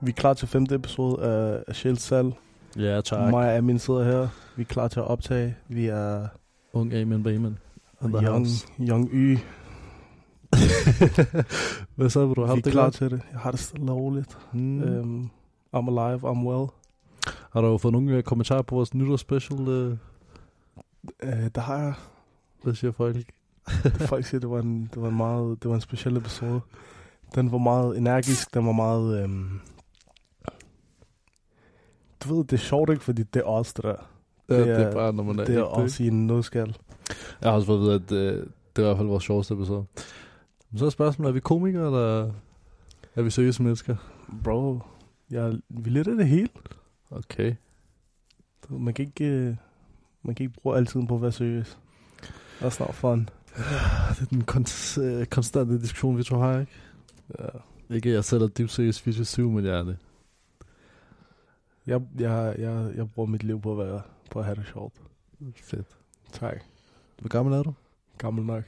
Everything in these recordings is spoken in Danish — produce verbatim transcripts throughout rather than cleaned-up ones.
Vi er klar til femte episode af, af Sjæls Salg. Ja, tak. Mig og Amin sidder her. Vi er klar til at optage. Vi er... Ung Amen Bayman. Young, young Y. Hvad så, vil du have Vi er det klar godt? til det. Jeg har det stille roligt. Mm. Um, I'm alive, I'm well. Har du fået nogle kommentarer på vores nytårsspecial? Uh, Uh, der har jeg... hvad siger folk? Folk siger, det var en, det var en meget... Det var en speciel episode. Den var meget energisk. Den var meget... Um, du ved, det er sjovt ikke, fordi det er os, det der. Ja, Det det er- er bare, når man er Det er ægte, også i en nødskal. Jeg har også fået at vide, at uh, det er i hvert fald vores sjoveste episode. Men så er spørgsmålet, er vi komikere, eller er vi seriøse mennesker? Bro, jeg, vi er lidt af det hele. Okay. Man kan ikke, øh, man kan ikke bruge al tiden på at være seriøs. Det er snart fun. Det er den kon- øh, konstante diskussion, vi to har, ikke? Ja. Ikke, at jeg sætter dybt seriøst fireogtyve syv, men jeg er det. Jeg, jeg, jeg, jeg bruger mit liv på at, være, på at have det sjovt. Fedt. Tak. Hvor gammel er du? Gammel nok.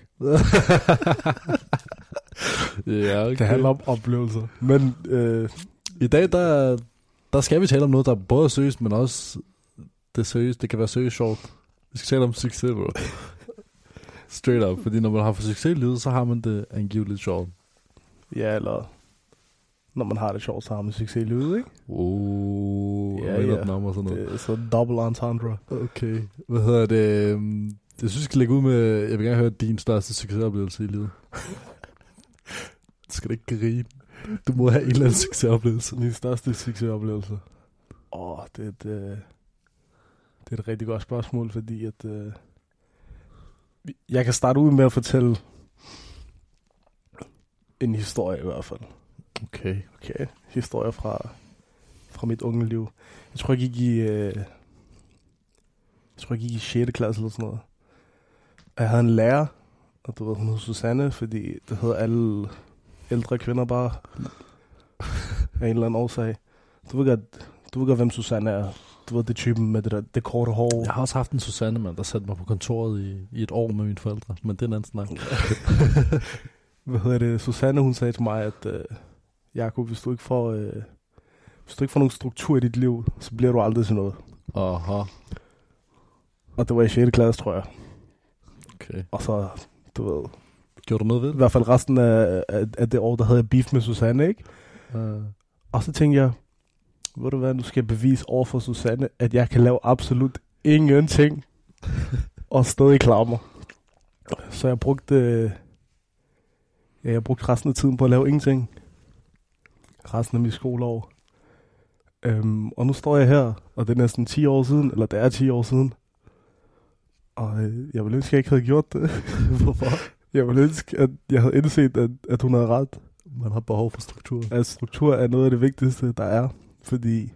Ja, okay. Det handler om oplevelser. Men øh, I dag, der, der skal vi tale om noget, der er både seriøst, men også det seriøst. Det kan være seriøst sjovt. Vi skal tale om succes, bro. Straight up. Fordi når man har for succes i livet, så har man det angiveligt sjovt. ja, eller når man har det sjovt, så har man succes i livet, ikke? Oh, Ja, ja, ja. ja. Og sådan noget. Det er så double entendre. Okay. Hvad hedder det? øhm, Jeg synes, vi skal lægge ud med... Jeg vil gerne høre din største succesoplevelse i livet. Du skal da ikke grine. Du må have en eller anden succesoplevelse. Min største succesoplevelse. Åh, det er et, øh, det er et rigtig godt spørgsmål, fordi at... Øh, jeg kan starte ud med at fortælle en historie i hvert fald. Okay. Okay, historie fra, fra mit unge liv. Jeg tror, jeg gik i... Øh, jeg tror, jeg gik i sjette klasse eller sådan noget. Og jeg havde en lærer, og du ved, hun hed Susanne, fordi det hedder alle ældre kvinder bare af en eller anden årsag. Du ved godt, du ved godt, hvem Susanne er. Du ved, det er typen med det der, det korte hår. Jeg har også haft en Susanne, mand, der satte mig på kontoret i, i et år med mine forældre. Men det er en anden snak. Hvad hedder det? Susanne, hun sagde til mig, at øh, Jakob, hvis du ikke får... Øh, hvis du ikke får nogen struktur i dit liv, så bliver du aldrig til noget. Aha. Og det var i sjette klasse, tror jeg. Okay. Og så, du ved... Gjorde du noget ved I det? hvert fald resten af, af, af det år, der havde jeg beef med Susanne, ikke? Uh, Og så tænkte jeg, ved du hvad, nu skal jeg bevise over for Susanne, at jeg kan lave absolut ingenting, og stadig klare mig. Så jeg brugte, ja, jeg brugte resten af tiden på at lave ingenting. Resten af mit skoleår. Øhm, og nu står jeg her, og det er næsten ti år siden, eller det er ti år siden. Og øh, jeg ville ønske, at jeg ikke havde gjort det. Hvorfor? Jeg ville ønske, at jeg havde indset, at, at hun havde ret. Man har behov for struktur. At struktur er noget af det vigtigste, der er. Fordi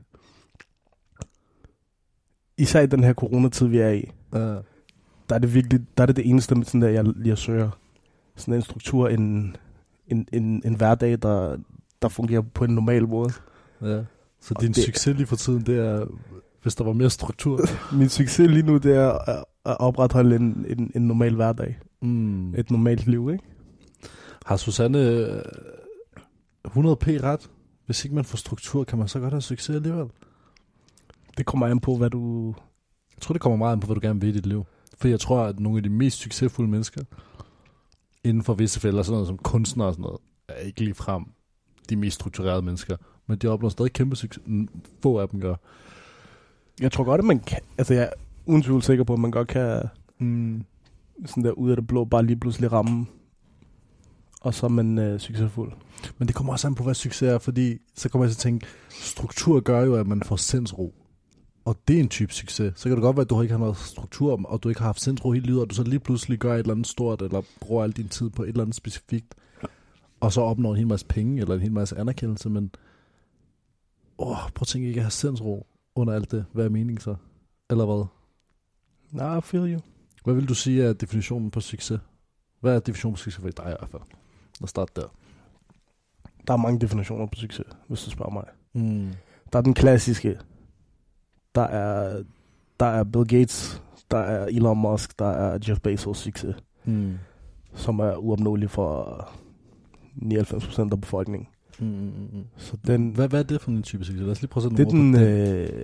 især i den her coronatid, vi er i, Uh, der er det virkelig, der er det det eneste, sådan der, jeg, jeg søger. Sådan en struktur, en, en, en, en hverdag, der, der fungerer på en normal måde. ja. Så Og din det- succes lige for tiden, det er, hvis der var mere struktur. Min succes lige nu, det er at, at opretholde en, en, en normal hverdag. Mm. Et normalt liv, ikke? Har Susanne øh, hundrede p ret? Hvis ikke man får struktur, kan man så godt have succes alligevel? Det kommer an på, hvad du... Jeg tror, det kommer meget an på, hvad du gerne vil i dit liv. For jeg tror, at nogle af de mest succesfulde mennesker, inden for visse felter, sådan noget som kunstnere og sådan noget, er ikke lige frem de mest strukturerede mennesker. Men de opnår stadig kæmpe succes. Få af dem gør. Jeg tror godt, at man kan... Altså, jeg er uden tvivl sikker på, at man godt kan Mm. sådan der ud af det blå, bare lige pludselig ramme. Og så er man øh, succesfuld. Men det kommer også an på, hvad succes er, fordi så kommer jeg til at tænke, struktur gør jo, at man får sindsro. Og det er en type succes. Så kan det godt være, at du ikke har noget struktur, og du ikke har haft sindsro hele livet, og du så lige pludselig gør et eller andet stort, eller bruger al din tid på et eller andet specifikt, og så opnår en hel masse penge, eller en hel masse anerkendelse, men åh, prøv at tænke ikke at have sindsro under alt det. Hvad er meningen så? Eller hvad? Nej, I feel you. Hvad vil du sige er definitionen på succes? Hvad er definitionen på succes for dig i hvert fald? Lad os starte der. Der er mange definitioner på succes, hvis du spørger mig. Mm. Der er den klassiske. Der er, der er Bill Gates, der er Elon Musk, der er Jeff Bezos succes, Mm. som er uopnåelig for nioghalvfems procent af befolkningen. Mm. Så den, hvad, hvad er det for en type succes? Lad os lige prøve at det er sætte den... nogle ord på Øh,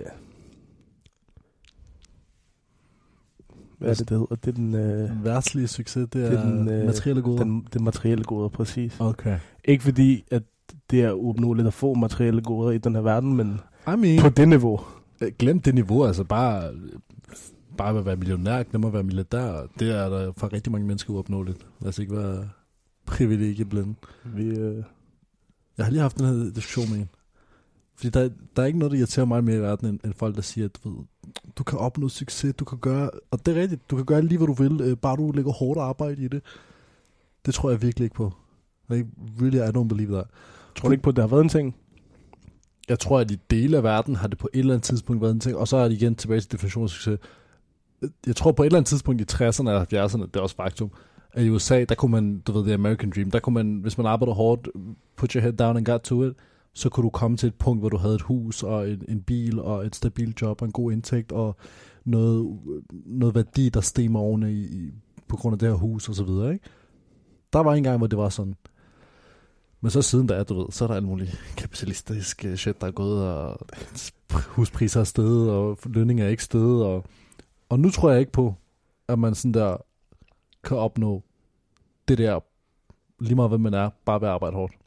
hvad er det, det hedder? Det er den... Øh, den værtslige succes, det er, det er den, øh, materielle goder? Den, den materielle goder, præcis. Okay. Ikke fordi, at det er uopnåeligt at få materielle goder i den her verden, men I mean, på det niveau. glem det niveau, altså bare, bare at være millionær, glem at være milliardær, det er der for rigtig mange mennesker uopnåeligt. Lad os ikke være privilegieblinde. Vi, øh, Jeg har lige haft den her diskussion med en. Fordi der, der er ikke noget, der irriterer mig mere i verden, end, end folk, der siger, at du, ved, du kan opnå succes, du kan gøre, og det er rigtigt, du kan gøre lige, hvad du vil, øh, bare du lægger hårdt arbejde i det. Det tror jeg virkelig ikke på. Like, really, I don't believe that. tror du ikke på, at det har været en ting? Jeg tror, at i dele af verden har det på et eller andet tidspunkt været en ting, og så er det igen tilbage til definition af succes. Jeg tror på et eller andet tidspunkt i tresserne og halvfjerdserne, det er også faktum, at i U S A, der kunne man, du ved, the American Dream, der kunne man, hvis man arbejder hårdt, put your head down and got to it, så kunne du komme til et punkt, hvor du havde et hus og en, en bil og et stabilt job og en god indtægt og noget, noget værdi, der steg med årene i, i, på grund af det her hus og så videre, ikke? Der var en gang, hvor det var sådan. Men så siden der er, du ved, så er der alt muligt kapitalistisk shit, der er gået, og huspriser er steget, og lønninger er ikke steget, og, og nu tror jeg ikke på, at man sådan der kan opnå det der, lige meget hvem man er, bare ved at arbejde hårdt.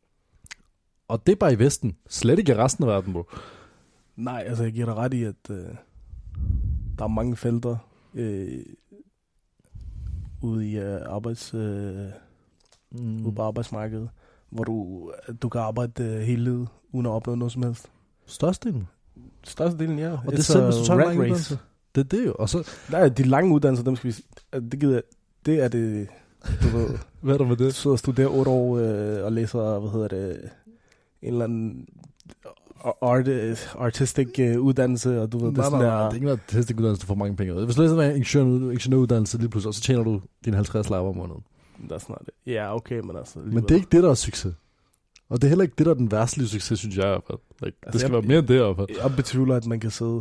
Og det er bare i Vesten, slet ikke i resten af verden, bro. Nej, altså jeg giver dig ret i, at øh, der er mange felter øh, ude i øh, arbejds, øh, mm. ude på arbejdsmarkedet, hvor du, du kan arbejde øh, hele livet, uden at opnå noget som helst. Størstedelen. Størstedelen, ja. Og det er selv, hvis du tager en lang uddannelse. Det er det jo. Og så... Nej, de lange uddannelser, dem skal vi... Det, gider, det er det... Du ved, hvad er der med det? Du sidder og studerer otte år øh, og læser, hvad hedder det, en eller anden art, artistic øh, uddannelse, og du ved, nej, det er sådan nej, der... Nej, det er ikke noget artistic uddannelse, du får mange penge ud. Hvis du læser en ingeniøruddannelse lige pludselig, så tjener du dine halvtreds lapper om måneden. Det er sådan det. Ja, okay, men altså... Men det er ikke det, der er succes. Og det er heller ikke det, der er den værstlige succes, synes jeg. Like, altså, det skal jeg, være mere end det i hvert fald. Jeg betvivler, at man kan sidde...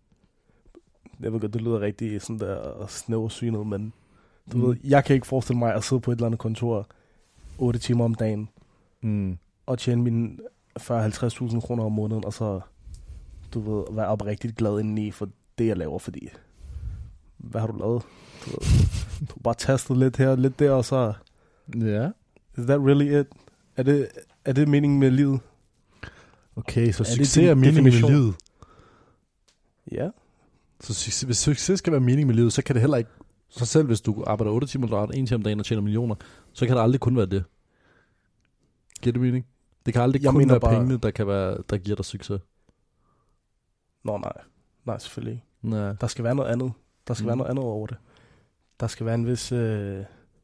Jeg ved godt, det lyder rigtig sådan der snæversynet, men du mm. ved, jeg kan ikke forestille mig at sidde på et eller andet kontor otte timer om dagen mm. og tjene mine fyrre til halvtreds tusind kroner om måneden, og så, du ved, være oprigtigt glad indeni for det, jeg laver, fordi hvad har du lavet? Du ved, du har bare tastet lidt her, lidt der, og så... Ja. Yeah. Is that really it? Er det, er det meningen med livet? Okay, så er succes er meningen med livet? Ja. Så succes, hvis succes skal være mening med livet, så kan det heller ikke, så selv hvis du arbejder otte timer om dagen, en time om dagen og tjener millioner, så kan det aldrig kun være det. Giver det mening? Det kan aldrig jeg kun være bare... pengene, der, kan være, der giver dig succes. Nå nej, nej selvfølgelig ikke. Nej. Der skal være noget andet. Der skal mm. være noget andet over det. Der skal være en vis øh, en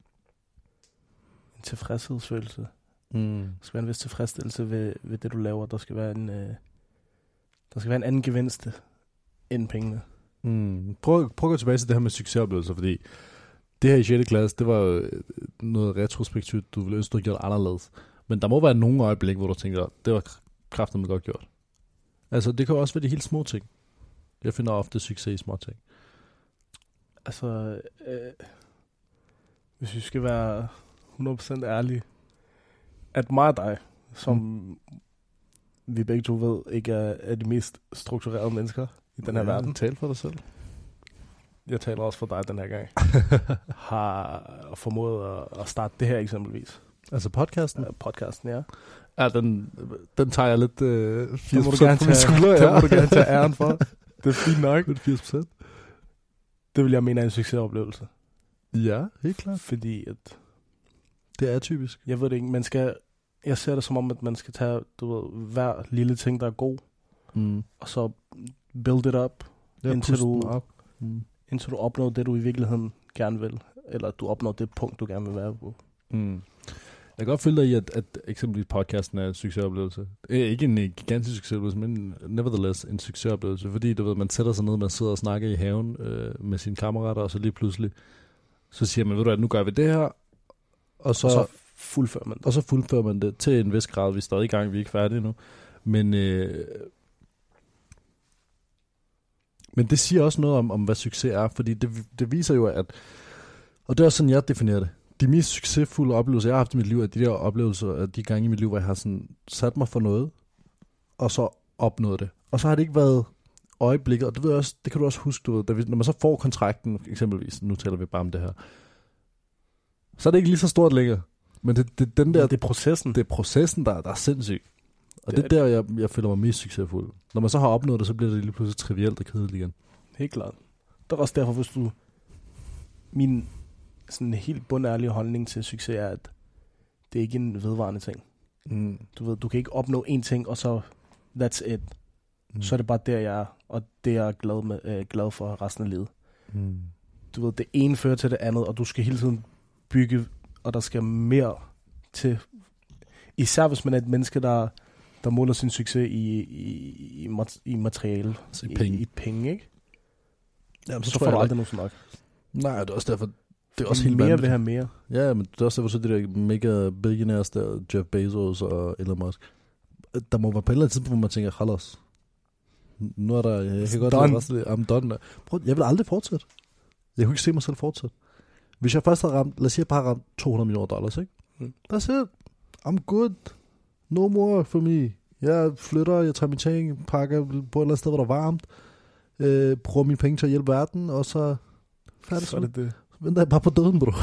tilfredshedsfølelse. Mm. Der skal være en vis tilfredsstillelse ved, ved det, du laver. Der skal være en, øh, der skal være en anden gevinst end pengene. Mm. Prøv, prøv at gå tilbage til det her med succesoplevelser, fordi det her i sjette klasse, det var noget retrospektivt, du ville ønske, du havde gjort anderledes. Men der må være nogle øjeblikke, hvor du tænker, det var kraftedeme godt gjort. Altså, det kan også være de helt små ting. Jeg finder ofte succes i små ting. Altså, øh, hvis vi skal være hundrede procent ærlige, at mig og dig, som mm. vi begge to ved, ikke er, er de mest strukturerede mennesker i den her ja, verden. Tal for dig selv. Jeg taler også for dig den her gang. har formået at, at starte det her eksempelvis. Altså podcasten? Uh, podcasten, ja. Ja, den, den tager jeg lidt uh, firs procent på mine skuldre. Ja. Det må du gerne tage æren for. Det er fint nok. Det er firs procent. Det vil jeg mene er en succesoplevelse. Ja, helt klart. Fordi at... Det er typisk. Jeg ved det ikke, man skal... Jeg ser det som om, at man skal tage, du ved, hver lille ting, der er god, mm. og så build it up, ja, indtil, du, op. Mm. indtil du opnår det, du i virkeligheden gerne vil. Eller du opnår det punkt, du gerne vil være på. Mm. Jeg kan godt følge dig i, at, at eksempelvis podcasten er en succesoplevelse. Ikke en gigantisk succesoplevelse, men nevertheless en succesoplevelse. Fordi du ved, man sætter sig ned, man sidder og snakker i haven øh, med sine kammerater, og så lige pludselig, så siger man, ved du hvad, nu gør vi det her, og så, og så fuldfører man det. Og så fuldfører man det til en vis grad. Vi er stadig i gang, vi er ikke færdige nu. Men, øh, men det siger også noget om, om hvad succes er, fordi det, det viser jo, at, og det er også sådan, jeg definerer det, de mest succesfulde oplevelser, jeg har haft i mit liv, er de der oplevelser, af de gange i mit liv, hvor jeg har sådan sat mig for noget, og så opnået det. Og så har det ikke været øjeblikket, og det, ved jeg også, det kan du også huske, du ved, da vi, når man så får kontrakten, eksempelvis, nu taler vi bare om det her, så er det ikke lige så stort længere. Men det, det, den der, ja, det er processen. Det er processen, der, der er sindssyg. Og det, det det er er der, jeg, jeg føler mig mest succesfuld. Når man så har opnået det, så bliver det lige pludselig trivielt og kedeligt igen. Helt klart. Det er også derfor, hvis du... Min sådan helt bundærlige holdning til succes er, at det er ikke en vedvarende ting. Mm. Du ved, du kan ikke opnå én ting, og så that's it. Mm. Så er det bare der, jeg er, og det er jeg glad, med, øh, glad for resten af livet. Mm. Du ved, det ene fører til det andet, og du skal hele tiden bygge, og der skal mere til. Især hvis man er et menneske, der, der måler sin succes i, i, i, i materiale, altså i, i penge, i, i penge, ikke? Jamen, så, så får du aldrig noget nok. Nej, det er også derfor, det er også helt mere vanvittigt. vil have mere. Ja, men det er også derfor, så de der mega billionaires der, Jeff Bezos og Elon Musk, der må være på et eller andet tidspunkt, hvor man tænker, halos, nu er der, jeg kan godt lide resten, I'm done. Prøv, jeg vil aldrig fortsætte. Jeg kunne ikke se mig selv fortsætte. Hvis jeg først havde ramt, lad os sige, jeg bare har ramt to hundrede millioner dollars, ikke? Mm. That's it. I'm good. No more for me. Jeg flytter, jeg tager mine ting, pakker på et eller andet sted, hvor der er varmt, øh, bruger mine penge til at hjælpe verden, og så færdig så er det det. Så venter jeg bare på døden, bro.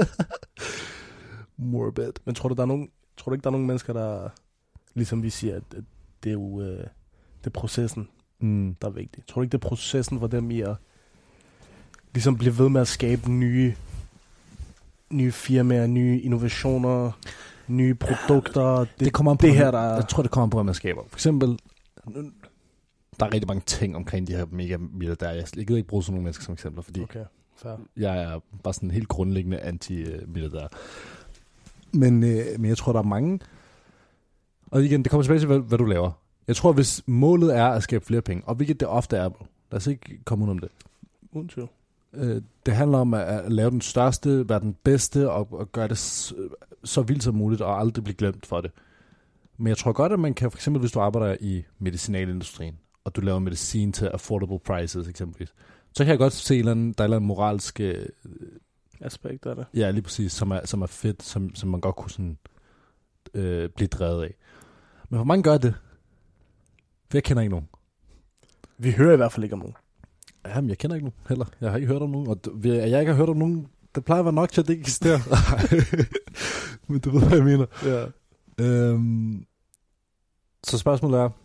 Morbid. Men tror du, der er nogen, tror du ikke, der er nogen mennesker, der, ligesom vi siger, at, at det er jo øh, det er processen, mm. der er vigtig. Tror du ikke, det er processen for dem i at ligesom blive ved med at skabe nye, nye firmaer, nye innovationer, nye produkter? Ja, det, det kommer an på, det her, der... Jeg tror, det kommer an på, hvad man skaber. For eksempel, der er rigtig mange ting omkring de her mega milliardærer. Jeg gider ikke bruge sådan nogle mennesker som eksempler, fordi okay, fair. Jeg er bare sådan helt grundlæggende anti-milliardær. Men, øh, men jeg tror, der er mange... Og igen, det kommer tilbage til, hvad, hvad du laver. Jeg tror, hvis målet er at skabe flere penge, og hvilket det ofte er, lad os ikke komme ud om det. Undskyld. Øh, det handler om at, at lave den største, være den bedste, og, og gøre det så, så vildt som muligt, og aldrig blive glemt for det. Men jeg tror godt, at man kan, for eksempel hvis du arbejder i medicinalindustrien, og du laver medicin til affordable prices eksempelvis, så kan jeg godt se, at der er en eller anden moralsk øh, aspekt af det. Ja, lige præcis, som er, som er fedt, som, som man godt kunne sådan, øh, blive drevet af. Men hvor mange gør det? For jeg kender ikke nogen. Vi hører i hvert fald ikke om nogen. Jamen, jeg kender ikke nogen heller. Jeg har ikke hørt om nogen. Og at jeg ikke har hørt om nogen, det plejer at være nok til, at det ikke eksisterer. Men du ved, hvad jeg mener. Ja. Øhm, så spørgsmålet er,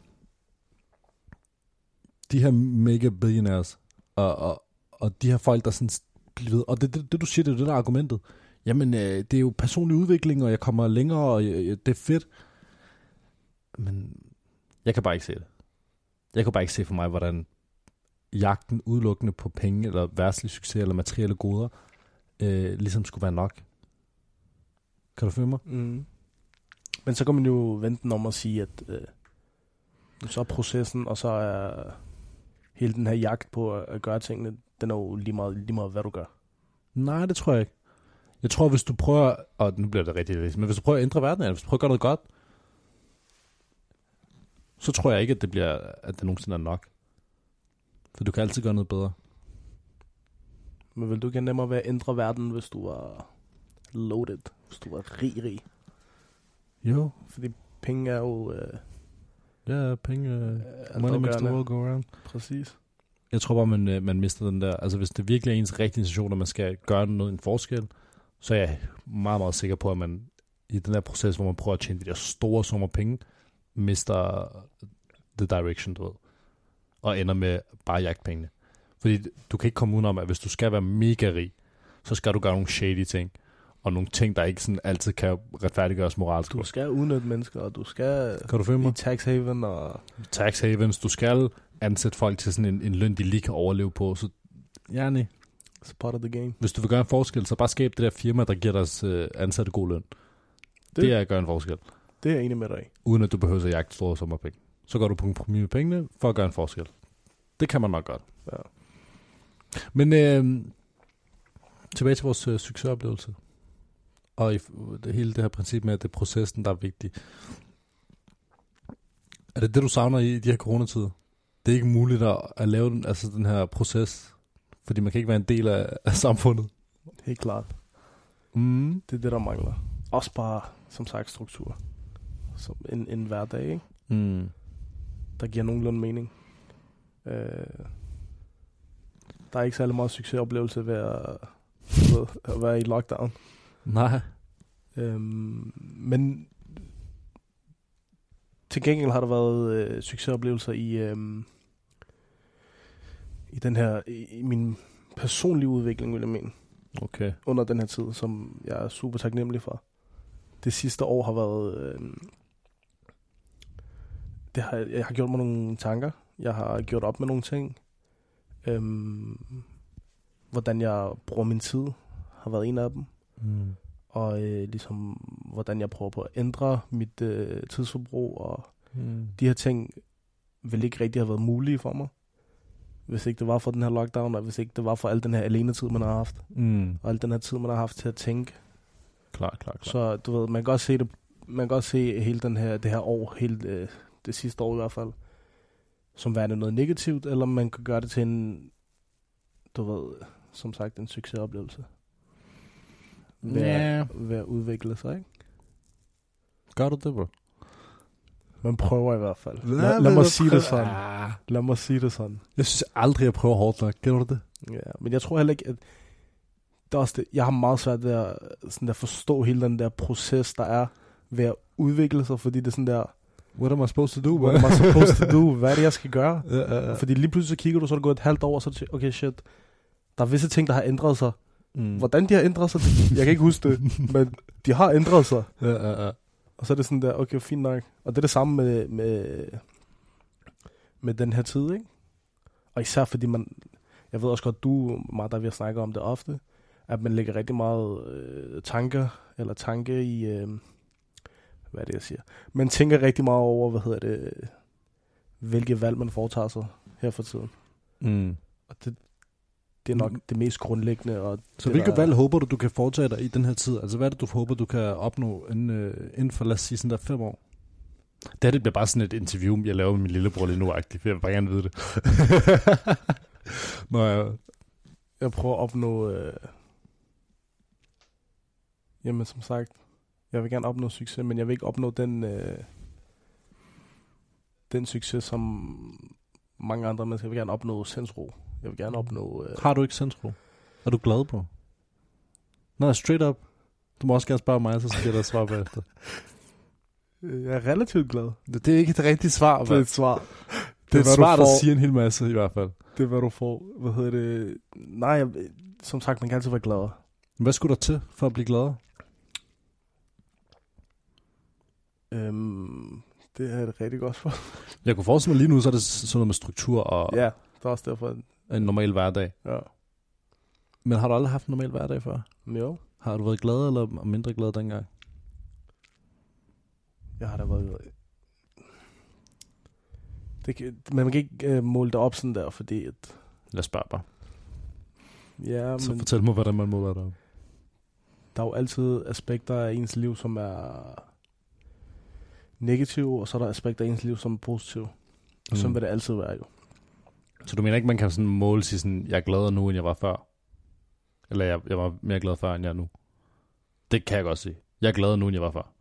de her mega billionaires, og, og, og de her folk, der sådan bliver ved, og det, det, det du siger, det er det der argumentet. Jamen, øh, det er jo personlig udvikling, og jeg kommer længere, og øh, det er fedt. Men jeg kan bare ikke se det. Jeg kan bare ikke se for mig, hvordan jagten udelukkende på penge, eller værtslig succes, eller materielle goder, øh, ligesom skulle være nok. Kan du følge mig? Mm. Men så kan man jo vente den om at sige, at øh, så er processen, og så er hele den her jagt på at gøre tingene, den er jo lige meget, lige meget hvad du gør. Nej, det tror jeg ikke. Jeg tror, hvis du prøver, og nu bliver det rigtig, men hvis du prøver at ændre verden, eller hvis du prøver at gøre noget godt, så tror jeg ikke, at det bliver, at det nogensinde er nok. For du kan altid gøre noget bedre. Men vil du ikke nemmere være at ændre verden, hvis du var loaded, hvis du var rig, rig? Jo. Fordi penge er jo... Øh, ja, penge... Øh, money makes the world go around. Præcis. Jeg tror bare, man, man mister den der... Altså, hvis det virkelig er ens rigtige intention, og man skal gøre noget en forskel, så er jeg meget, meget sikker på, at man i den der proces, hvor man prøver at tjene de der store summer penge, mister the direction, du ved. Og ender med bare at jagte pengene. Fordi du kan ikke komme udenom, at hvis du skal være mega rig, så skal du gøre nogle shady ting. Og nogle ting, der ikke sådan altid kan retfærdiggøres moralsk. Du skal udnytte mennesker, og du skal kan du følge mig? i tax haven. Og... tax havens, du skal ansætte folk til sådan en, en løn, de lige kan overleve på. Så ja, nej. It's part of the game. Hvis du vil gøre en forskel, så bare skab det der firma, der giver deres øh, ansatte god løn. Det, det er at gøre en forskel. Det er jeg enig med dig. Uden at du behøver at jagte store sommerpenge. Så går du på kompromis med pengene for at gøre en forskel. Det kan man nok godt. Ja. Men øh, tilbage til vores øh, succesoplevelse. Og i, det, hele det her princip med, at det er processen, der er vigtig. Er det det, du savner i de her coronatider? Det er ikke muligt at, at lave den, altså den her proces, fordi man kan ikke være en del af, af samfundet. Helt klart. Mm. Det er det, der mangler. Også bare, som sagt, struktur. Som en, en hverdag, ikke? Mm. Der giver nogenlunde mening. Øh, der er ikke særlig meget succesoplevelse ved at, ved, at være i lockdown. Nej. Øhm, men til gengæld har der været øh, succesoplevelser i, øh, i den her, i, i min personlige udvikling, vil jeg mene. Okay. Under den her tid, som jeg er super taknemmelig for. Det sidste år har været... Øh, det har, jeg har gjort mig nogle tanker. Jeg har gjort op med nogle ting. Øhm, hvordan jeg bruger min tid, har været en af dem. Mm. Og øh, ligesom, hvordan jeg prøver på at ændre mit øh, tidsforbrug. Og Mm. de her ting ville ikke rigtig have været mulige for mig, hvis ikke det var for den her lockdown, og hvis ikke det var for al den her alenetid, man har haft. Mm. Og al den her tid, man har haft til at tænke. Klar, klar, klar. Så du ved, man kan godt se det, man kan godt se hele den her, det her år, hele øh, det sidste år i hvert fald, som værende noget negativt, eller man kan gøre det til en, du ved, som sagt, en succesoplevelse. Ved, Ja. ved at udvikle sig, ikke? Gør du det, bro? Man prøver i hvert fald. Hvad Lad, vil lad mig du sige prøve? det sådan. Ah. Lad mig sige det sådan. Jeg synes aldrig, jeg prøver hårdt nok. Kender du det? Ja, men jeg tror heller ikke, at det er også det, jeg har meget svært ved at, sådan at forstå hele den der proces, der er ved at udvikle sig, fordi det er sådan der, What am I supposed to do, what am I supposed to do? Hvad er det, jeg skal gøre? Ja, ja, ja. Fordi lige pludselig så kigger du, så er det gået et halvt år, og så er det, okay, shit, der er visse ting, der har ændret sig. Mm. Hvordan de har ændret sig, jeg kan ikke huske det, men de har ændret sig. Ja, ja, ja. Og så er det sådan der, okay, fint nok. Og det er det samme med, med, med den her tid, ikke? Og især fordi man, jeg ved også godt, du, meget der vi har snakket om det ofte, at man lægger rigtig meget øh, tanker, eller tanke i, øh, hvad er det, jeg siger? Man tænker rigtig meget over, hvad hedder det, hvilke valg man foretager sig her for tiden. Mm. Og det, det er nok det mest grundlæggende. Og Så det hvilke der, valg håber du, du kan foretage dig i den her tid? Altså hvad er det, du håber, du kan opnå inden, øh, inden for, lad os sige, sådan der fem år? Det her, det bliver bare sådan et interview, jeg laver med min lillebror lige nu-agtigt, for jeg vil bare gerne vide det. Nå, jeg... jeg prøver at opnå, øh, jamen som sagt, jeg vil gerne opnå succes, men jeg vil ikke opnå den, øh, den succes, som mange andre mennesker. Jeg vil gerne opnå sindsro. Jeg vil gerne opnå... Øh, Har du ikke sindsro? Er du glad, bro? Nå, straight up. Du må også gerne spørge mig, så skal jeg da svare bagefter. jeg er relativt glad. Det, det er ikke et rigtigt svar, Det er et svar. Det, det er et hvad svar, du der får. siger en hel masse, i hvert fald. Det er, hvad du får. Hvad hedder det? Nej, jeg, som sagt, man kan altid være gladere. Hvad skulle der til for at blive gladere? Øhm, det er et rigtig godt svar. Jeg kunne forestille mig lige nu, så er det sådan noget med struktur og Ja, det er også derfor. en normal hverdag. Ja. Men har du aldrig haft en normal hverdag før? Jo, Har du været glad eller mindre glad dengang? jeg har da været... Det kan, men man kan ikke uh, måle det op sådan der, fordi at... Lad os spørge bare. Ja, Så men fortæl mig, hvordan man må være der. der er jo altid aspekter af ens liv, som er negative, og så er der aspekter af ens liv, som er positive. Og sådan Mm. vil det altid være jo. Så du mener ikke, man kan sådan måle sig sådan, jeg er gladere nu, end jeg var før? Eller jeg, jeg var mere glad før, end jeg er nu? Det kan jeg godt sige. Jeg er gladere nu, end jeg var før.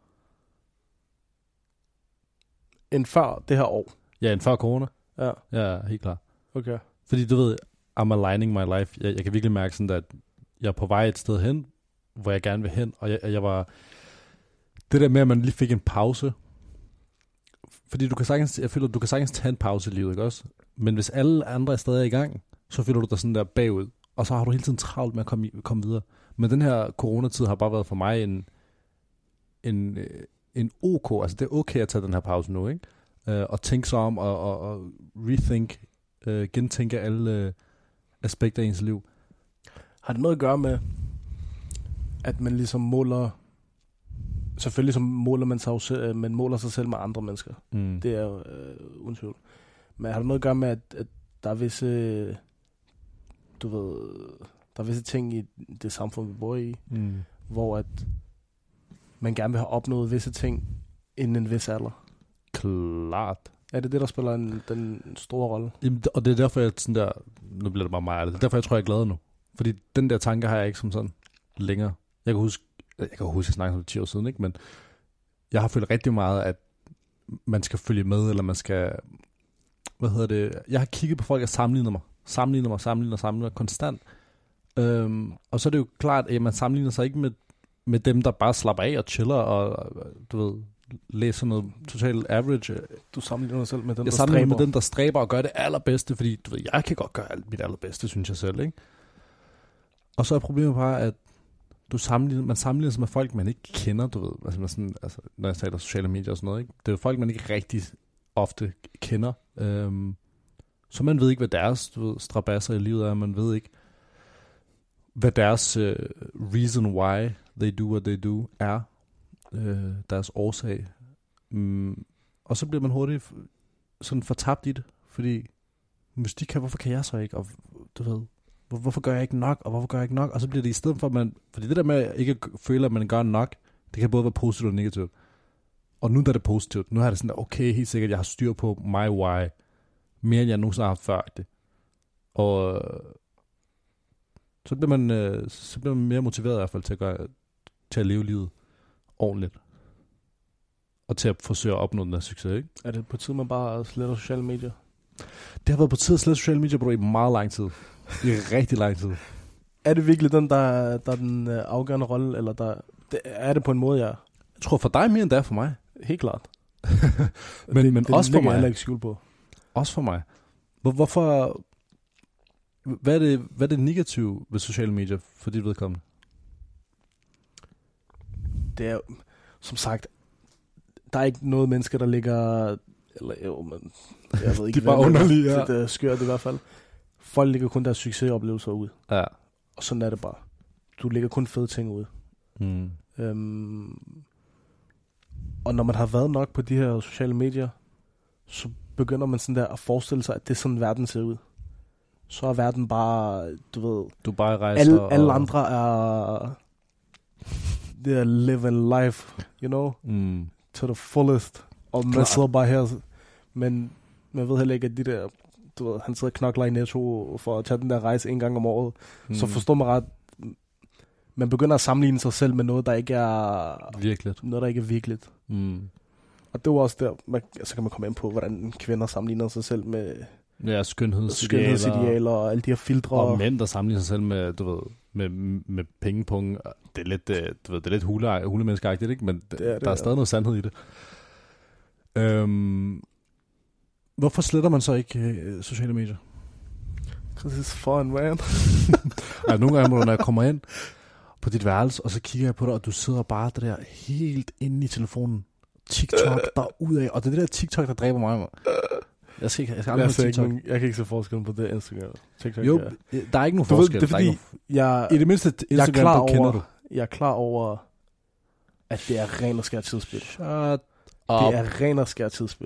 End før det her år. Ja, end før corona. Ja, Ja, helt klart. okay. Fordi du ved, I'm aligning my life. Jeg, jeg kan virkelig mærke sådan, at jeg er på vej et sted hen, hvor jeg gerne vil hen. Og jeg, jeg var... Det der med, at man lige fik en pause. Fordi du kan sagtens, jeg føler, at du kan sagtens tage en pause i livet, ikke også? Men hvis alle andre er stadig i gang, så føler du dig sådan der bagud. Og så har du hele tiden travlt med at komme, i, komme videre. Men den her coronatid har bare været for mig en, en, øh, en ok. Altså det er okay at tage den her pause nu, ikke? Uh, og tænke sig om og, og, og rethink, uh, gentænke alle uh, aspekter af ens liv. Har det noget at gøre med, at man ligesom måler... Selvfølgelig så måler man sig, jo selv, man måler sig selv med andre mennesker. Mm. Det er jo øh, uden tvivl. Men har det noget at gøre med, at, at der er visse... Du ved... Der er visse ting i det samfund, vi bor i, Mm. hvor at man gerne vil have opnået visse ting inden en vis alder. Klart. Er det det, der spiller en, den store rolle? Jamen, og det er derfor, jeg sådan der... Nu bliver det bare mig. Det er derfor, jeg tror, jeg er glad nu. Fordi den der tanke har jeg ikke som sådan længere. Jeg kan huske, jeg kan huske, at jeg snakkede om det ti år siden, ikke? Men jeg har følt rigtig meget, at man skal følge med, eller man skal, hvad hedder det, jeg har kigget på folk, der sammenligner mig, sammenligner mig, sammenligner, sammenligner konstant. Øhm, og så er det jo klart, at man sammenligner sig ikke med, med dem, der bare slapper af og chiller, og du ved, læser noget totalt average. Du sammenligner dig selv med den, jeg der sammenligner stræber. med den, der stræber og gør det allerbedste, fordi du ved, jeg kan godt gøre alt mit allerbedste, synes jeg selv, ikke? Og så er problemet bare, at du sammenligner, man sammenligner sig med folk, man ikke kender, du ved. Altså, man sådan, altså, når jeg taler sociale medier og sådan noget, ikke? Det er jo folk, man ikke rigtig ofte kender. Øhm, så man ved ikke, hvad deres du ved, strabasser i livet er. Man ved ikke, hvad deres uh, reason why they do what they do er. Uh, deres årsag. Um, og så bliver man hurtigt sådan fortabt i det. Fordi, hvis de kan, hvorfor kan jeg så ikke? Og du ved... Hvorfor gør jeg ikke nok, og hvorfor gør jeg ikke nok? Og så bliver det i stedet for, at man... Fordi det der med at ikke føle, at man gør nok, det kan både være positivt og negativt. Og nu der er det positivt. Nu er det sådan, okay, helt sikkert, jeg har styr på my why. Mere end jeg nogensinde har haft før det. Og så bliver man, så bliver man mere motiveret i hvert fald til at, gøre, til at leve livet ordentligt. Og til at forsøge at opnå den der succes, ikke? Er det på tide, man bare sletter sociale medier? Det har været på tide at slette sociale medier, bro, i meget lang tid. I rigtig lang tid. Er det virkelig den, der, der er den øh, afgørende rolle, eller der, det, er det på en måde, jeg... Jeg tror for dig mere end det er for mig. Helt klart. men det, men det også for mig. Jeg ikke skjul på. Også for mig. Hvor, hvorfor... Hvad er, det, hvad er det negative ved sociale medier for dit vedkommende? Det er som sagt, der er ikke noget menneske, der ligger... Eller jo, men... Jeg ved ikke, det er bare underligt, ja. Det er skørt i hvert fald. Folk lægger kun deres succesoplevelser ud. Ja. Og sådan er det bare. Du lægger kun fede ting ud. Mm. Øhm, og når man har været nok på de her sociale medier, så begynder man sådan der at forestille sig, at det er sådan, verden ser ud. Så er verden bare, du ved... Du bare rejser alle, og... alle andre er... Det er live a life, you know? Mm. To the fullest. Og man sidder bare her... Men man ved heller ikke, at de der... Du ved, han sidder og knokler i Netto for at tage den der rejse en gang om året. Mm. Så forstår man ret... Man begynder at sammenligne sig selv med noget, der ikke er... Virkeligt. Noget, der ikke er virkeligt. Mm. Og det var også der... Man, så kan man komme ind på, hvordan kvinder sammenligner sig selv med... Ja, skønhedsidealer. Skønhedsidealer og alle de her filtre. Og mænd, der sammenligner sig selv med, du ved, med, med pengepung. Det er lidt, du ved, det er lidt hule, hulemenneskeagtigt, ikke? Men det, det er det, der er stadig ja. noget sandhed i det. Øhm, hvorfor sletter man så ikke øh, sociale medier? Because it's fun, man. Ej, nogle gange, når jeg kommer ind på dit værelse, og så kigger jeg på dig, og du sidder bare der helt inde i telefonen. TikTok derudad. Og det er det der TikTok, der dræber mig. Jeg skal ikke, jeg skal aldrig jeg, have TikTok. Ikke, jeg kan ikke se forskellen på det Instagram. TikTok, jo, ja. Der er ikke nogen du forskel. Ved, det er fordi, jeg, I det mindste Instagram, jeg er klar der kender over, du. Jeg er klar over, at det er ren og skær tidsspil. Shut det er ren og skær tidsspil.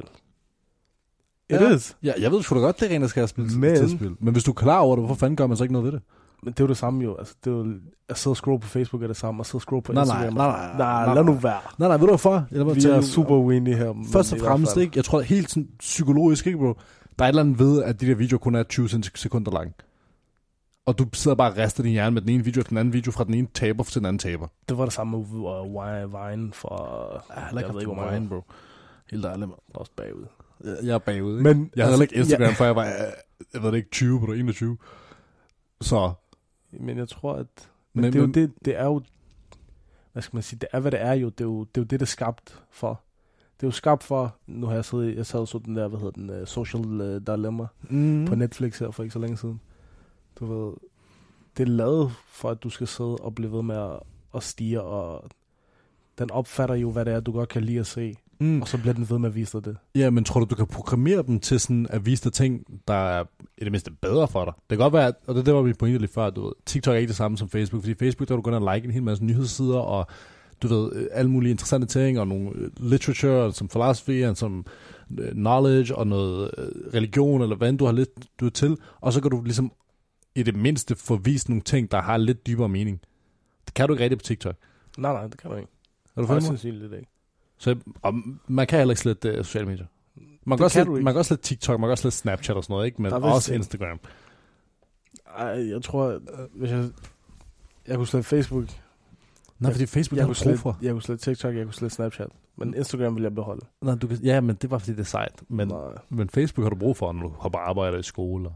It ja. is. Ja, jeg ved sgu da godt, det er ren og skær tidsspil. Men hvis du er klar over det, hvorfor fanden gør man så ikke noget ved det? Men det er jo det samme jo. Altså, det er jo, at sidde og scrolle på Facebook er det samme, og sidde og scrolle på nej, Instagram. Nej, nej, nej. Nej, nej lad nu være. Nej, nej, ved du hvorfor? Vi er super uenige her. Først og fremmest, ikke? Jeg tror helt sådan psykologisk, ikke bro? Der er et eller andet ved, at de der videoer kun er tyve sekunder lang. Og du sidder bare og rister din hjerne med den ene video og den anden video fra den ene taber til den anden taber. Det var det samme med uh, Vine for... Ja, jeg, jeg ved ikke, hvor Vine, bro. Helt ærligt, man. Også bagud. Jeg, jeg er bagud, ikke? Men, jeg havde altså, ikke Instagram, ja. før jeg var, jeg ved det ikke, tyve på enogtyve. Så... Men jeg tror, at... Men, men det, er jo, det, det er jo... Hvad skal man sige? Det er, hvad det er jo. Det er jo det, er jo det, det er skabt for. Det er jo skabt for... Nu har jeg siddet... Jeg sad så den der, hvad hedder den? Uh, Social uh, Dilemma. Mm. På Netflix her for ikke så længe siden. Du ved... Det er lavet for, at du skal sidde og blive ved med at, at stige, og den opfatter jo, hvad det er, du godt kan lide at se. Mm. Og så bliver den ved med at vise dig det. Ja, men tror du, du kan programmere dem til sådan at vise dig ting, der er i det mindste bedre for dig? Det kan godt være, og det, det var min pointe lige før, du ved, TikTok er ikke det samme som Facebook, fordi Facebook, der du går ind og like en hel masse nyhedssider, og du ved, alle mulige interessante ting, og nogle literature, som philosophy, og som knowledge, og noget religion, eller hvad du har lidt du er til, og så kan du ligesom i det mindste få vist nogle ting, der har lidt dybere mening. Det kan du ikke rigtig på TikTok. Nej, nej, det kan du ikke. Er du færdig? Det er ikke. Så og man kan heller ikke slette uh, sociale medier. Man kan, også kan, man kan også slette TikTok, man kan også slette Snapchat og sådan noget, ikke? Men også det. Instagram. Ej, jeg tror, hvis jeg, jeg kunne slette Facebook, Nej, fordi Facebook jeg har kunne du brug slet, for. jeg kunne slet TikTok, jeg kunne slet Snapchat. Men Instagram vil jeg beholde. Nej, du kan, ja, men det var fordi det er sejt. Men, men Facebook har du brug for, når du har bare arbejder i skole.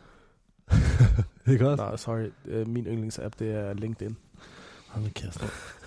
Ikke også? Nej, sorry. Uh, min yndlingsapp, det er LinkedIn. Hold nu kæft.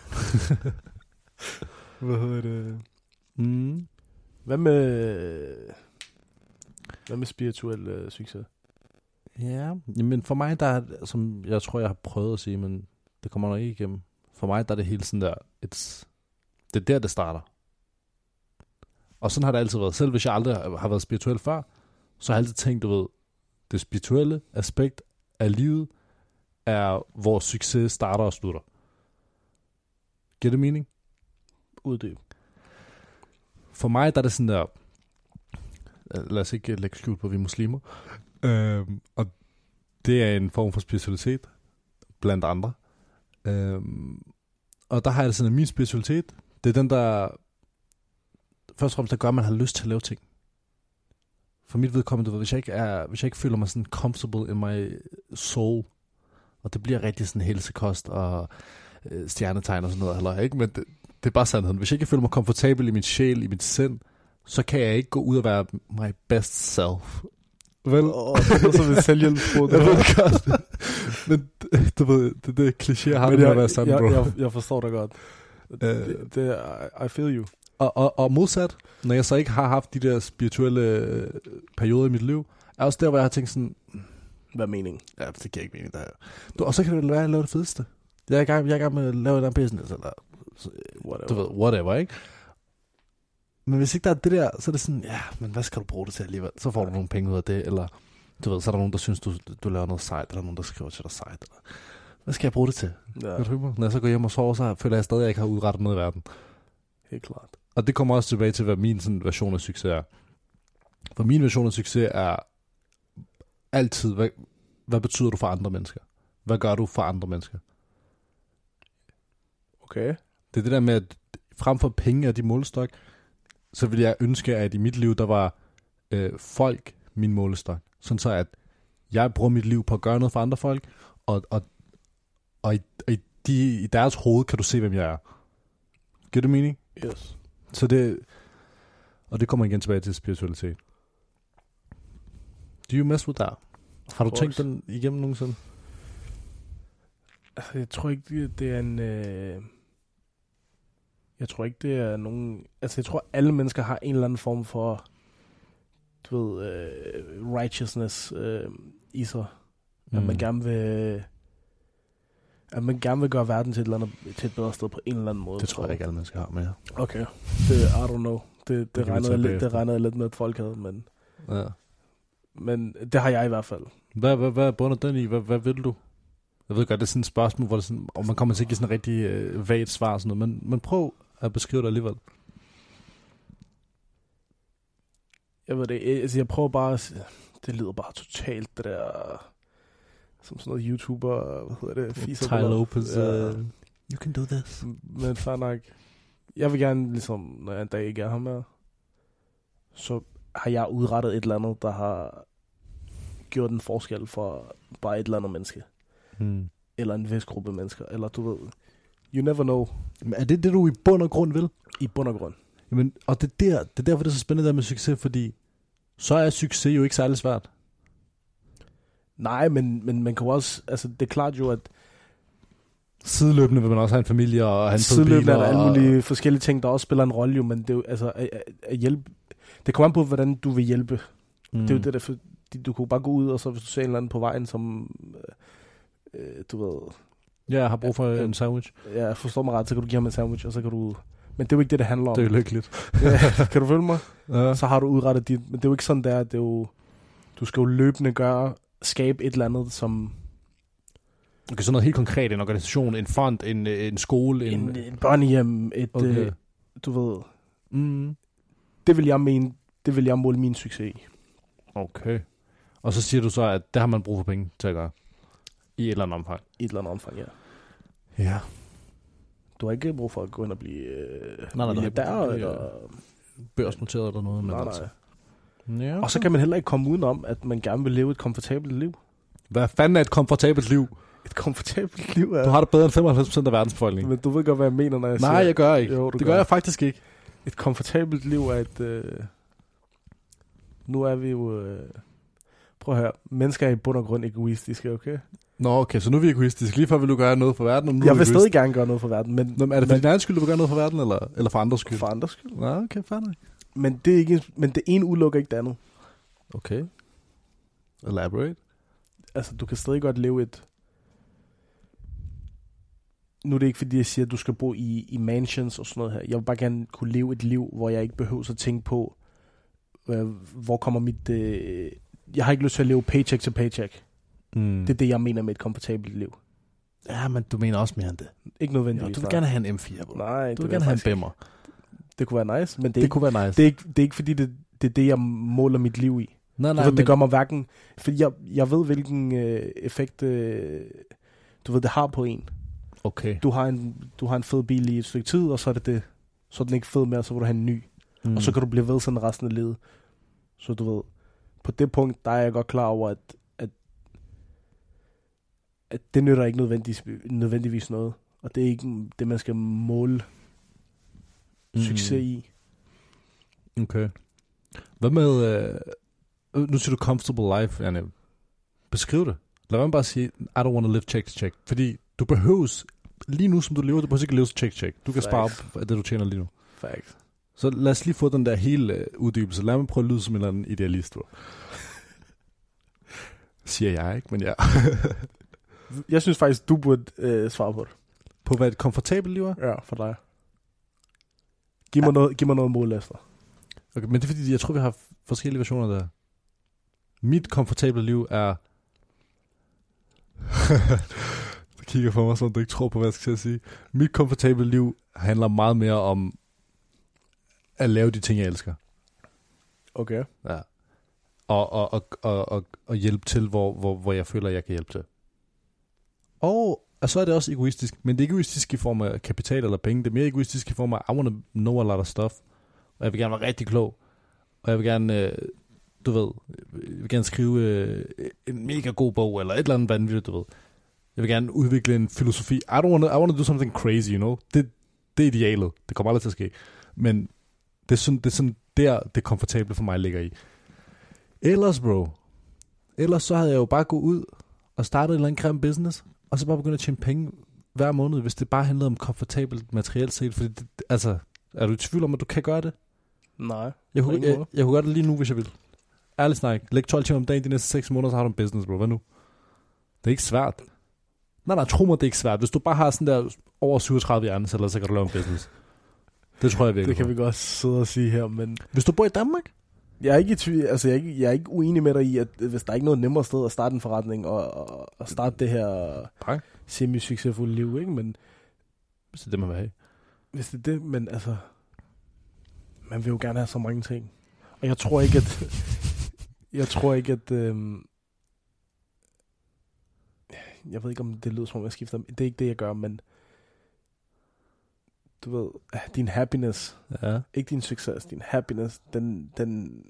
Hvad hedder det? Mm. Hvad med... Hvad med spirituel uh, succes? Ja, men for mig, der er, som jeg tror, jeg har prøvet at sige, men det kommer nok ikke igennem. For mig, der er det hele sådan der, it's, det er der, det starter. Og sådan har det altid været. Selv hvis jeg aldrig har været spirituel før, så har jeg altid tænkt, du ved, det spirituelle aspekt af livet er, hvor succes starter og slutter. Giver det mening? Uddyb. For mig, der er det sådan der, lad os ikke lægge skjul på, at vi er muslimer, øhm, og det er en form for spiritualitet, blandt andre. Øhm, og der har jeg det sådan, at min spiritualitet, det er den, der først og fremmest, der gør, at man har lyst til at lave ting. For mit vedkommende, du ved, hvis jeg ikke, er, hvis jeg ikke føler mig sådan comfortable in my soul, og det bliver rigtig sådan helsekost og øh, stjernetegn og sådan noget, eller ikke? Men det, det er bare sandheden. Hvis jeg ikke føler mig komfortabel i min sjæl, i mit sind, så kan jeg ikke gå ud og være my best self. Vel? Åh, oh, det er som en selvhjælpsbrud. Jeg ved det godt. Men du ved, det, det kliché har det med at være sådan, bro. Jeg, jeg, jeg forstår dig godt. Det, det, I, I feel you. Og, og, og modsat, når jeg så ikke har haft de der spirituelle øh, perioder i mit liv, er også der, hvor jeg har tænkt sådan... Hvad er meningen? Ja, det giver ikke mening, der er. Du, og så kan det være, at jeg laver det fedeste. Jeg er i gang, jeg er i gang med at lave en business, eller... Whatever. Du ved, whatever, ikke? Men hvis ikke der er det der, så er det sådan, ja, men hvad skal du bruge det til alligevel? Så får du nogle penge ud af det, eller... Du ved, så er der nogen, der synes, du, du laver noget sejt, eller nogen, der skriver til dig sejt, eller... Hvad skal jeg bruge det til? Ja. Når jeg så går hjem og sover, så føler jeg stadig, at jeg ikke har udrettet noget i verden. Helt klart. Og det kommer også tilbage til, hvad min sådan, version af succes er. For min version af succes er altid, hvad, hvad betyder du for andre mennesker? Hvad gør du for andre mennesker? Okay. Det er det der med, at frem for penge er de målestok, så vil jeg ønske, at i mit liv, der var øh, folk min målestok. Sådan så, at jeg bruger mit liv på at gøre noget for andre folk, og, og, og, i, og i, de, i deres hoved kan du se, hvem jeg er. Giver det mening? Yes. Så det, og det kommer igen tilbage til spiritualitet. Do you mess with that? Har du tænkt den igennem nogensinde? Altså, jeg tror ikke, det er en... Øh... Jeg tror ikke, det er nogen... Altså, jeg tror, alle mennesker har en eller anden form for, du ved, øh, righteousness øh, i sig. Mm. At man gerne vil... At man gerne vil gøre verden til et, eller andet, til et bedre sted på en eller anden måde. Det tror jeg ikke, alle mennesker har med. Okay. Det, I don't know. Det, det, det, regnede, jeg lidt, det regnede jeg lidt med, at folk havde, men... Ja. Men det har jeg i hvert fald. Hvad, hvad, hvad bunder den i? Hvad, hvad vil du? Jeg ved godt, det er sådan et spørgsmål, hvor det sådan, og man kommer til at give sådan en rigtig øh, vagt svar, sådan noget, men, men prøv at beskrive det alligevel. Jeg ved det, altså jeg prøver bare, det lyder bare totalt det der, som sådan noget YouTuber, hvad hedder det, fiser. Ty Lopez, ja. uh, you can do this. Men fair nok, jeg vil gerne, ligesom, når jeg en dag ikke er her med, så har jeg udrettet et eller andet, der har gjort en forskel for bare et eller andet menneske. Hmm. Eller en vis gruppe mennesker, eller du ved, you never know. Men er det det, du i bund og grund vil? I bund og grund. Jamen, og det er, der, det er derfor, det er så spændende der med succes, fordi så er succes jo ikke særlig svært. Nej, men, men man kan også, altså det er klart jo, at sideløbende vil man også have en familie og have en sideløbende er der alle mulige forskellige ting, der også spiller en rolle jo, men det er jo, altså, at, at hjælpe, det kommer an på, hvordan du vil hjælpe. Mm. Det er jo det der, for du kunne bare gå ud, og så hvis du ser en eller anden på vejen, som, øh, du ved... Ja, jeg har brug for øh, en sandwich. Ja, jeg forstår mig ret, så kan du give ham en sandwich, og så kan du... Men det er jo ikke det, det handler om. Det er jo lykkeligt. Ja, kan du følge mig? Ja. Så har du udrettet dit... Men det er jo ikke sådan, der. Det er jo... Du skal jo løbende gøre, skabe et eller andet, som... Okay, sådan noget helt konkret, en organisation, en fond, en, en skole, en... En, en børnehjem, et... Okay. Øh, du ved... Mm. Det vil jeg mene, det vil jeg måle min succes i. Okay. Og så siger du så, at der har man brug for penge til at gøre. I et eller andet omfang. I et eller andet omfang, ja. Ja. Du har ikke brug for at gå ind og blive øh, nej, nej, der eller børsnoteret eller noget. Nej, altså. nej. Ja, okay. Og så kan man heller ikke komme udenom, at man gerne vil leve et komfortabelt liv. Hvad fanden er et komfortabelt liv? Et komfortabelt liv er... Du har det bedre end femoghalvfems procent af verdens befolkning. Men du ved godt, hvad jeg mener, når jeg Nej, siger... Nej, jeg gør ikke. Jo, det gør. gør jeg faktisk ikke. Et komfortabelt liv er et... Øh... Nu er vi jo... Øh... Prøv at høre. Mennesker er i bund og grund egoistiske, okay? Nå, okay, så nu er vi egoistiske. Lige før vil du gøre noget for verden. Nu jeg vil stadig gerne gøre noget for verden, men... Nå, er det for din egen skyld, du vil gøre noget for verden, eller, eller for andres skyld? For andres skyld. Nå, okay, færdig. Men det, er ikke, men det ene udelukker ikke det andet. Okay. Elaborate. Altså, du kan stadig godt leve et... Nu er det ikke, fordi jeg siger, at du skal bo i, i mansions og sådan noget her. Jeg vil bare gerne kunne leve et liv, hvor jeg ikke behøver at tænke på, øh, hvor kommer mit... Øh... Jeg har ikke lyst til at leve paycheck til paycheck. Mm. Det er det, jeg mener med et komfortabelt liv. Ja, men du mener også mere end det. Ikke nødvendigvis. Jo, du vil gerne have en M fire, bro. Nej, du vil gerne have en bimmer. Det kunne være nice, men det, det ikke, kunne være nice. Det er, ikke, det er ikke fordi, det, det er det, jeg måler mit liv i. Nej, nej, du ved, men... det gør mig hverken... Fordi jeg, jeg ved, hvilken øh, effekt øh, du ved, det har på en. Okay. Du har, en, du har en fed bil i et stykke tid, og så er det det. Så er den ikke fed mere, så vil du have en ny. Mm. Og så kan du blive ved sådan resten af livet. Så du ved, på det punkt, der er jeg godt klar over, at, at, at det nytter ikke nødvendigvis, nødvendigvis noget. Og det er ikke det, man skal måle mm. succes i. Okay. Hvad med... Øh, nu siger du comfortable life, Janne. Beskriv det. Lad mig bare sige, I don't want to live check to check. Fordi du behøves, lige nu som du lever, du behøver ikke leve check check. Du kan Facts. Spare op af det, du tjener lige nu. Facts. Så lad os lige få den der hele øh, uddybelse. Lad mig prøve at lyde som en eller anden idealist. Siger jeg ikke, men ja. Jeg synes faktisk, du burde øh, svare på det. På hvad et komfortabelt liv er? Ja, for dig. Giv mig, ja. noget, giv mig noget mål efter. Okay, men det er fordi, jeg tror, vi har forskellige versioner der. Mit komfortable liv er... Du kigger på mig, som du ikke tror på, hvad jeg skal sige. Mit komfortable liv handler meget mere om at lave de ting, jeg elsker. Okay. Ja. Og, og, og, og, og, og hjælpe til, hvor, hvor, hvor jeg føler, jeg kan hjælpe til. Og, og så er det også egoistisk. Men det er egoistisk i form af kapital eller penge. Det er mere egoistisk i form af, I want to know a lot of stuff. Og jeg vil gerne være rigtig klog. Og jeg vil gerne, øh, du ved, jeg vil gerne skrive øh, en mega god bog, eller et eller andet vanvittigt, du ved. Jeg vil gerne udvikle en filosofi. I don't want to, I want to do something crazy, you know. Det, det er idealet. Det kommer aldrig til at ske. Men det er sådan, det er sådan der, det komfortable for mig ligger i. Ellers, bro. Ellers så havde jeg jo bare gået ud og startet en eller anden grim business, og så bare begyndt at tjene penge hver måned, hvis det bare handlede om komfortabelt materielt set. Fordi det, altså, er du i tvivl om, at du kan gøre det? Nej. Jeg kunne, jeg, jeg kunne gøre det lige nu, hvis jeg vil. Ærligt snak. Læg tolv timer om dagen de næste seks måneder, så har du en business, bro. Hvad nu? Det er ikke svært. Nej, nej, tro mig, det er ikke svært. Hvis du bare har sådan der over syvogtredive hjerneceller, så kan du lave en business. Det tror jeg virkelig. Det kan vi godt sidde og sige her, men... Hvis du bor i Danmark? Jeg er ikke, tv- altså jeg er ikke, jeg er ikke uenig med dig i, at hvis der er ikke noget nemmere sted at starte en forretning og, og, og starte det her semi-succesfulde liv, ikke? Men hvis det er det, man vil have. Hvis det er det, men altså... Man vil jo gerne have så mange ting. Og jeg tror ikke, at... jeg tror ikke, at... Øhm, jeg ved ikke, om det lyder som om, jeg skifter. Det er ikke det, jeg gør, men... Du ved, din happiness, ja. Ikke din succes, din happiness, den, den,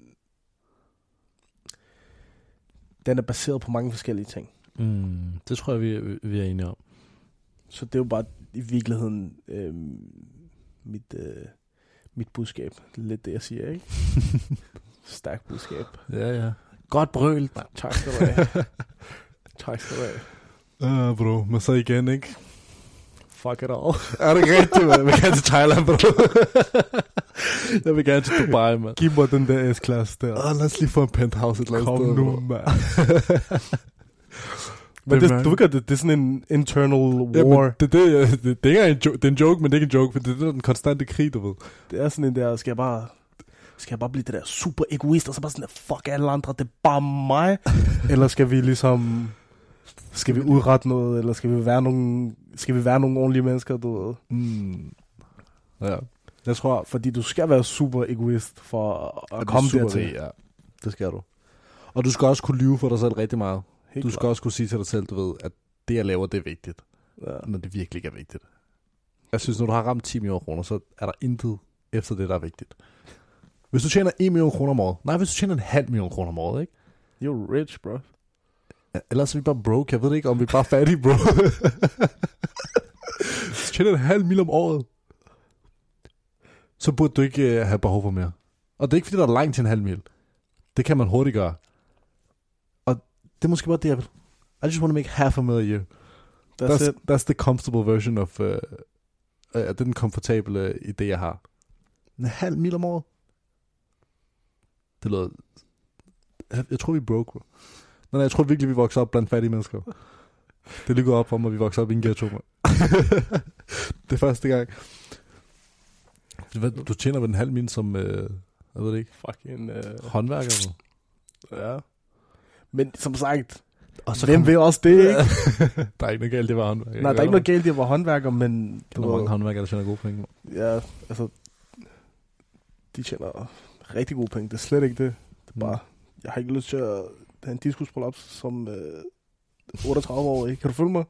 den er baseret på mange forskellige ting. Mm, det tror jeg, vi, vi er enige om. Så det er jo bare i virkeligheden øh, mit, øh, mit budskab. Lidt det, jeg siger, ikke? Stærkt budskab. Ja, ja. Godt brøl. Tak skal du have. Tak skal du have. Ah, uh, bro, men så igen, ikke? Fuck it all. Er det ikke rigtigt, man? Jeg vil gerne til Thailand, bro. Jeg vil gerne til Dubai, man. Giv mig den der S-klasse der. Åh, oh, lad os lige få en penthouse et eller andet Kom sted. Kom nu, man. Men det, det, du ved godt, det, det er sådan en internal war. Ja, det, det, det, det, det, er en jo, det er en joke, men det er ikke en joke, for det er den konstante krig, du ved. Det er sådan en der, skal jeg bare... Skal jeg bare blive det der super egoist, og så bare sådan der, fuck alle andre, det er bare mig? Eller skal vi ligesom... Skal vi udrette noget, eller skal vi være nogle, skal vi være nogle ordentlige mennesker, du ved? Mm. Ja. Jeg tror, fordi du skal være super egoist for at ja, komme dertil. Ved, ja. Det skal du. Og du skal også kunne lyve for dig selv rigtig meget. Helt du skal klar. Også kunne sige til dig selv, du ved, at det, jeg laver, det er vigtigt. Ja. Når det virkelig ikke er vigtigt. Jeg synes, når du har ramt ti millioner kroner, så er der intet efter det, der er vigtigt. Hvis du tjener en million kroner om året, nej, hvis du tjener en halv million kroner om året, ikke? You're rich, bro. Ellers er vi bare broke. Jeg ved ikke, om vi er bare fattige, bro. Hvis du tjener en halv mil om året, så burde du ikke uh, have behov for mere. Og det er ikke, fordi der er langt til en halv mil. Det kan man hurtigt gøre. Og det er måske bare det, jeg vil. I just want to make half a mil a year. That's, that's, it. That's the comfortable version of... Uh, uh, det er den komfortable uh, idé, jeg har. En halv mil om året. Det lyder... Jeg, jeg tror, vi er broke, bro. Nej, jeg tror virkelig, vi vokser op blandt fattige mennesker. Det er lige gået op for mig, at vi vokser op i en ghetto. Det er første gang. Du tjener vel en halv min som, øh, jeg ved det ikke, fucking øh... håndværker. Ja. Men som sagt, og så hvem kom... vil også det, ikke? Der er ikke noget galt, det var håndværker. Nej, der er ikke noget galt, det var håndværker, men... Der er mange håndværkere, der tjener gode penge. Ja, altså... De tjener rigtig gode penge, det er slet ikke det. Det er bare... Mm. Jeg har ikke lyst til at have en diskusprolaps som øh, otteogtredive år, ikke? Kan du følge mig?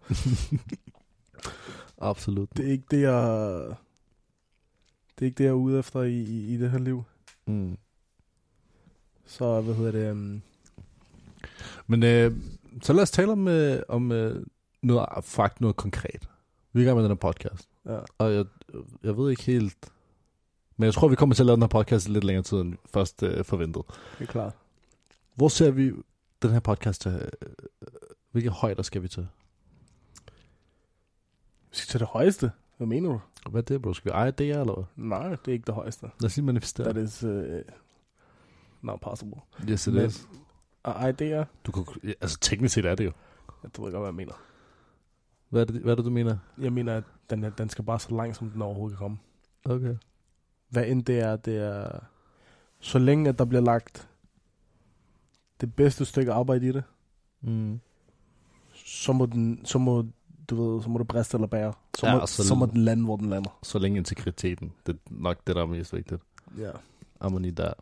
Absolut. Det er ikke det, jeg... Det er ikke det, jeg er ude efter i, i, i det her liv. Mm. Så, hvad hedder det... Um... Men øh, så lad os tale om, øh, om øh, noget, faktisk noget konkret. Vi er i gang med den her podcast. Ja. Og jeg, jeg ved ikke helt... Men jeg tror, vi kommer til at lave den her podcast lidt længere tid, end først øh, forventet. Det er klart. Hvor ser vi den her podcast til? Øh, hvilke højder skal vi til? Vi skal til det højeste. Hvad mener du? Hvad er det, bro? Skal vi eje det, eller hvad? Nej, det er ikke det højeste. Lad os lige manifestere. That is uh, not possible. Yes, it Men, is. Og idéer? Du kan, altså teknisk set er det jo. Jeg tror ikke godt, hvad jeg mener. Hvad er det, hvad er det du mener? Jeg mener, at den, den skal bare så langt, som den overhovedet kan komme. Okay. Hvad end det er, det er... Så længe, at der bliver lagt det bedste stykke arbejde i det, mm. så må den... Så må, du ved, så må det briste eller bære. Så, ja, må, så, så må den lande, hvor den lander. Så længe integriteten. Det er nok det, der er mest vigtigt. Ja. Harmoni der.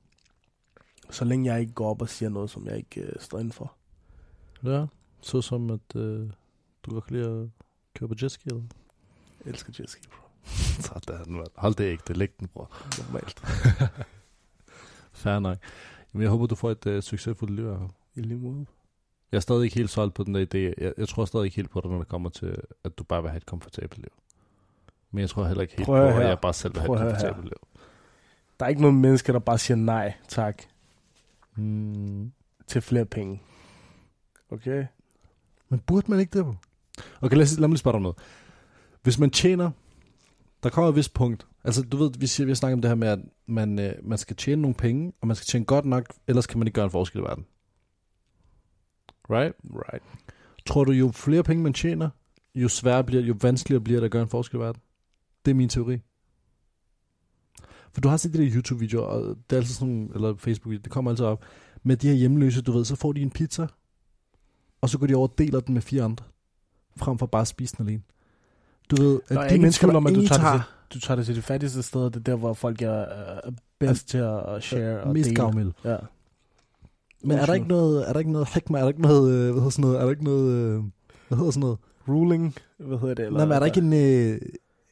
Så længe jeg ikke går op og siger noget, som jeg ikke øh, står inden for. Ja, så som at øh, du godt kan lide at køre på jetski, eller? Jeg elsker jetski, bro. Sådan, man. Hold det ikke, det læg den, bro. Normalt. Fair nok. Jamen, jeg håber, du får et øh, succesfuldt liv. I lige måde. Jeg er stadig ikke helt solgt på den der idé. Jeg, jeg tror stadig ikke helt på det, når det kommer til, at du bare vil have et komfortabelt liv. Men jeg tror heller ikke helt på, at jeg bare selv vil have et komfortabelt liv. Der er ikke nogen mennesker, der bare siger nej, tak. Hmm. Til flere penge. Okay? Men burde man ikke det? Okay, lad, lad mig lige spørge dig om noget. Hvis man tjener, der kommer et vist punkt. Altså, du ved, vi, siger, vi har snakket om det her med, at man, øh, man skal tjene nogle penge, og man skal tjene godt nok, ellers kan man ikke gøre en forskel i verden. Right? Right. Tror du, jo flere penge man tjener, jo sværere bliver jo vanskeligere bliver det at gøre en forskel i verden? Det er min teori. For du har set de der YouTube-videoer, og det er altid sådan, eller Facebook-videoer, det kommer altid op, med de her hjemløse, du ved, så får de en pizza, og så går de over og deler den med fire andre, frem for bare at spise den alene. Du ved, at der er de mennesker, der om, at du tager, tager det til, du tager det til de fattigste steder, det er der, hvor folk er, er bedst til at share og mest dele. gavmild. Ja. Men er der ikke noget, er der ikke noget hikma, er der ikke noget, hvad hedder sådan noget, er der ikke noget, hvad hedder sådan noget? Ruling, hvad hedder det? Eller Nej, men er der ikke en, øh,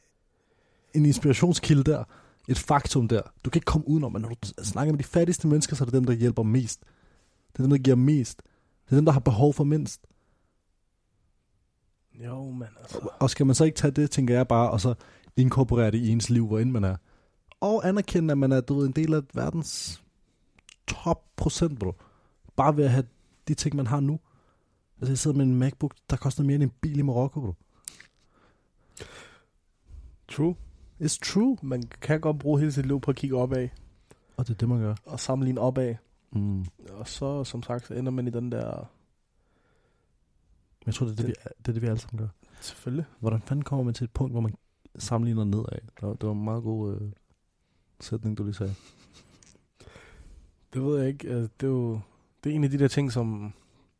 en inspirationskilde der? Et faktum der. Du kan ikke komme udenom, men når du snakker med de fattigste mennesker, så er det dem, der hjælper mest. Det er dem, der giver mest. Det er dem, der har behov for mindst. Jo, men altså. Og, og skal man så ikke tage det, tænker jeg bare, og så inkorporere det i ens liv, hvor end man er. Og anerkende, at man er, du ved, en del af verdens top procent, bro. Bare ved at have de ting, man har nu. Altså, jeg sidder med en MacBook, der koster mere end en bil i Marokko, bro. True. It's true. Man kan godt bruge hele sit liv på at kigge opad. Og det er det, man gør. Og sammenligne opad. Mm. Og så, som sagt, så ender man i den der... Jeg tror, det er det, det, vi, det, er det vi alle sammen gør. Selvfølgelig. Hvordan fanden kommer man til et punkt, hvor man sammenligner nedad? Det var, det var en meget god uh, sætning, du lige sagde. Det ved jeg ikke. Det er jo det er en af de der ting, som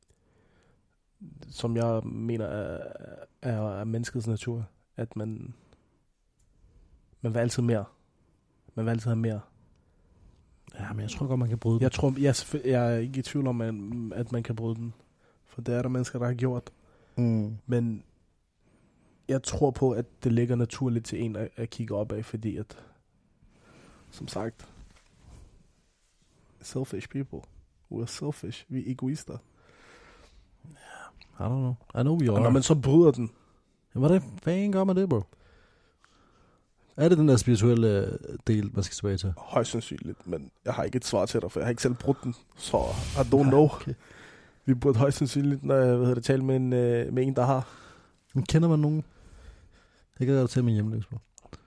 som jeg mener er, er, er menneskets natur. At man man vil altid mere. Man vil altid have mere. Ja, men jeg tror godt, man kan bryde den. Jeg tror, jeg, jeg er ikke i tvivl om, at, at man kan bryde den. For det er der mennesker, der har gjort. Mm. Men jeg tror på, at det ligger naturligt til en at, at kigge opad, fordi at, som sagt, selfish people. We're selfish. Vi er egoister. I don't know. I know we Og are. når man så bryder den, Hvordan fanden gør man det, bro? Er det den der spirituelle del, man skal tilbage til? højst sandsynligt, men jeg har ikke et svar til dig, for jeg har ikke selv brudt den, så I don't know. Okay. Vi burde højst sandsynligt, når jeg hvad hedder det, tale med en, øh, med en, der har. Men kender man nogen? Jeg kan godt tage min hjemløs, bro.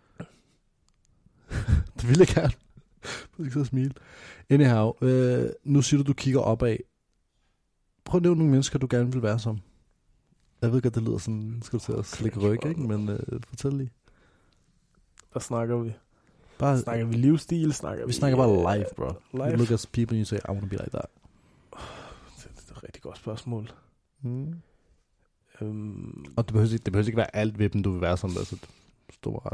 Det vil jeg gerne. Du skal så smile. Anyhow, øh, nu siger du, du kigger opad. Prøv at nævne nogle mennesker, du gerne vil være som. Jeg ved godt, det lyder sådan, skal du til at slikke ryg, ikke? Men øh, fortæl lige. Hvad snakker vi? Bare, Snakker vi livsstil? Snakker vi vi snakker bare life, bro. Life? You look at people and you say, I want to be like that. Det, det er et rigtig godt spørgsmål. Mm. Øhm, Og det behøver, ikke, det behøver ikke være alt ved dem, du vil være sådan der, så stå mig ret.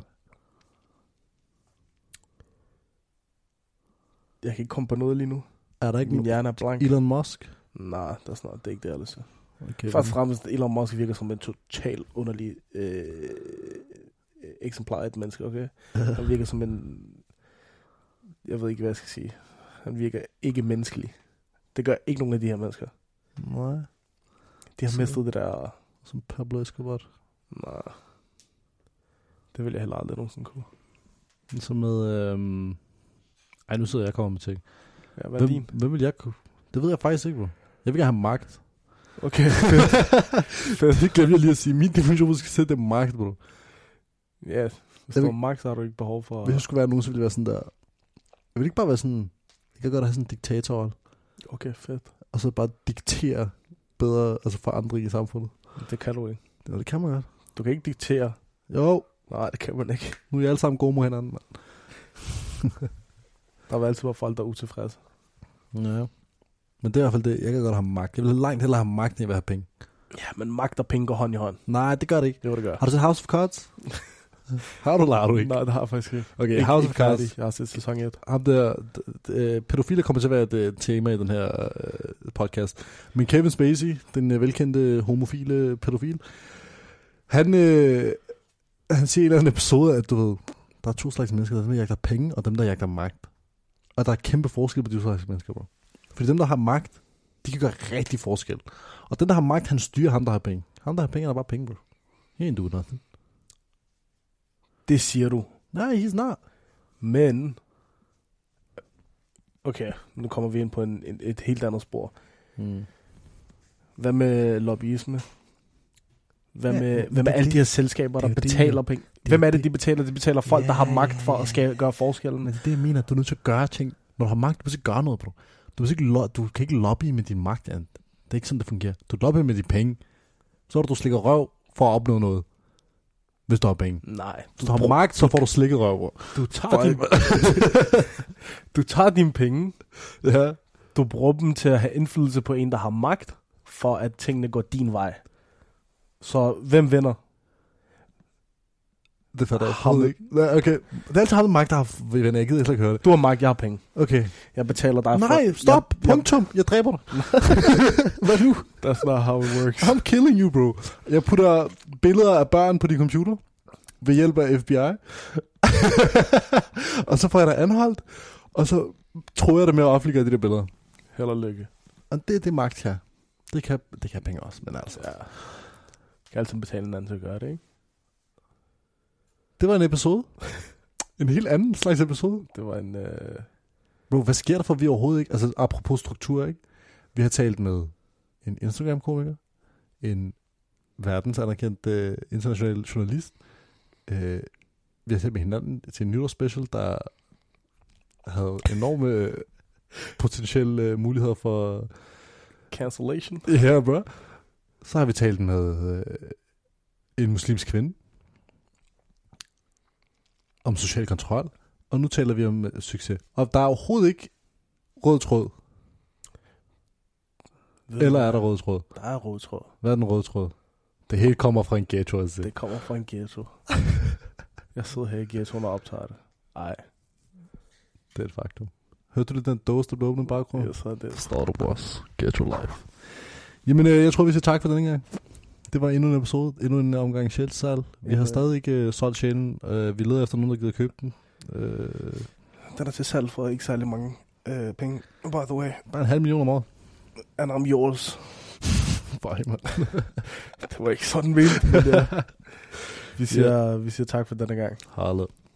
jeg kan ikke komme på noget lige nu. Er der ikke Min nogen? hjerne er blank. Elon Musk? Nej, det er snart, det er ikke det, altså. Okay, Først og fremmest, Elon Musk virker som en total underlig øh, eksemplar af et menneske, okay? Han virker som en... Jeg ved ikke, hvad jeg skal sige. Han virker ikke menneskelig. Det gør ikke nogen af de her mennesker. Nej. De har Så- mistet det der... Som Pablo Escobar. Nej. Det vil jeg heller aldrig nogensinde kunne. Så med... Øhm... Ej, nu sidder jeg og kommer med ting. Ja, hvad er Hvem, din? hvem vil jeg kunne? Det ved jeg faktisk ikke, bro. Jeg vil gerne have magt. Okay, fedt. Fedt. Det glemte jeg lige at sige. Min definition skal sætte det magt, bro. Ja, hvis Jeg du vil- har magt, så har du ikke behov for... Hvis jeg skulle være nogen, så ville det være sådan der... Jeg vil ikke bare være sådan... Jeg kan godt have sådan en diktator, Okay, fedt. og så bare diktere bedre, altså forandring i samfundet. Det kan du ikke. Ja, det kan man godt. Du kan ikke diktere. Jo, Nej, det kan man ikke. nu er I alle sammen gode mod hinanden, mand. Der vil altid være folk, der er utilfredse. Ja. Men det er i hvert fald det. Jeg kan godt have magt. Jeg vil langt hellere have magt, end jeg vil have penge. Ja, men magt og penge går hånd i hånd. Nej, det gør det ikke. Det var det gør. Har du set House of Cards? har du eller har du ikke? Nej, det har jeg faktisk ikke. Okay, ikke, House ikke of Cards. færdig. Jeg har set sæson et. Ham der, d- d- øh, pædofile kommer til at være et øh, tema i den her øh, podcast. Men Kevin Spacey, den øh, velkendte homofile pædofil, han, øh, han siger i en eller anden episode, at du ved, der er to slags mennesker, der er dem, der jagter penge, og dem, der jagter magt. Og der er kæmpe forskel på de to slags mennesker, bro. Fordi dem, der har magt, de kan gøre rigtig forskel. Og den, der har magt, han styrer ham, der har penge. Ham, der har penge, han har bare penge, bro. He ain't do nothing. Det siger du. Nej, he's not. Men... Okay, nu kommer vi ind på en, en, et helt andet spor. Mm. Hvad med lobbyisme? Hvad Ja, med, men hvad med det- alle de her selskaber, der det er jo det, betaler jo. penge? er Hvem jo er det, det. de betaler? De betaler folk, Ja, der har magt for ja, at skal gøre forskellen. Men det er det, jeg mener. Du er nødt til at gøre ting. Når du har magt, du skal gøre noget, bro. Du, ikke lo- du kan ikke lobby med din magt. Ja. Det er ikke sådan, det fungerer. Du lobby med dine penge. Så er det, du slikker røv for at opnå noget. Hvis du har penge. Nej. Hvis du har magt, så får du slikket røv, bro. Du tager, din, du tager dine penge, Ja. du bruger dem til at have indflydelse på en, der har magt, for at tingene går din vej. Så hvem vinder? Det fatter jeg Ham- overhovedet ikke. Nej, okay. Det er altid ham med magt, der har venner. Jeg gider slet ikke høre det. Du har magt, jeg har penge. Okay. Jeg betaler dig for... Nej, stop. Jeg, jeg, Punktum. Jeg dræber dig. Hvad nu? that's not how it works. I'm killing you, bro. Jeg putter billeder af børn på din computer ved hjælp af F B I. Og så får jeg dig anholdt, og så tror jeg det med at offentliggøre de der billeder. Held og lykke. Og det er det magt her. Det kan, det kan penge også, men altså. Ja. Jeg kan altid betale en anden til at gøre det, ikke? Det var en episode. En helt anden slags episode. Det var en... Øh... Bro, hvad sker der for, vi overhovedet ikke? Altså, apropos struktur, ikke? Vi har talt med en Instagram-komiker, en verdensanerkendt uh, international journalist. Uh, vi har talt med hinanden til en nytårsspecial, der havde enorme potentielle uh, muligheder for... Cancellation. Ja, yeah, bro. Så har vi talt med uh, en muslimsk kvinde om social kontrol, og nu taler vi om uh, succes. Og der er overhovedet ikke rød tråd. Ved Eller du, er der rød tråd? Der er rød tråd. Hvad er den røde tråd? Det hele kommer fra en ghetto, altså. Det kommer fra en ghetto. Jeg sidder her i ghettoen og optager det. Ej, Det er et faktum. Hørte du den dåse, der blev åbnet i baggrunden? jeg så er det. Forstår du, boss. Ghetto life. Jamen, øh, jeg tror, vi siger tak for den gang. Det var endnu en episode, endnu en omgang sjælsal. Vi har Ja. stadig ikke øh, solgt sjælen. Øh, vi leder efter nogen, der gider købe den. Øh, Den er til salg for ikke særlig mange øh, penge. By the way. bare en halv million om året. And I'm yours. Fej, man. Det var ikke sådan vildt, men det er. Vi siger, yeah. vi siger tak for denne gang. Harlet.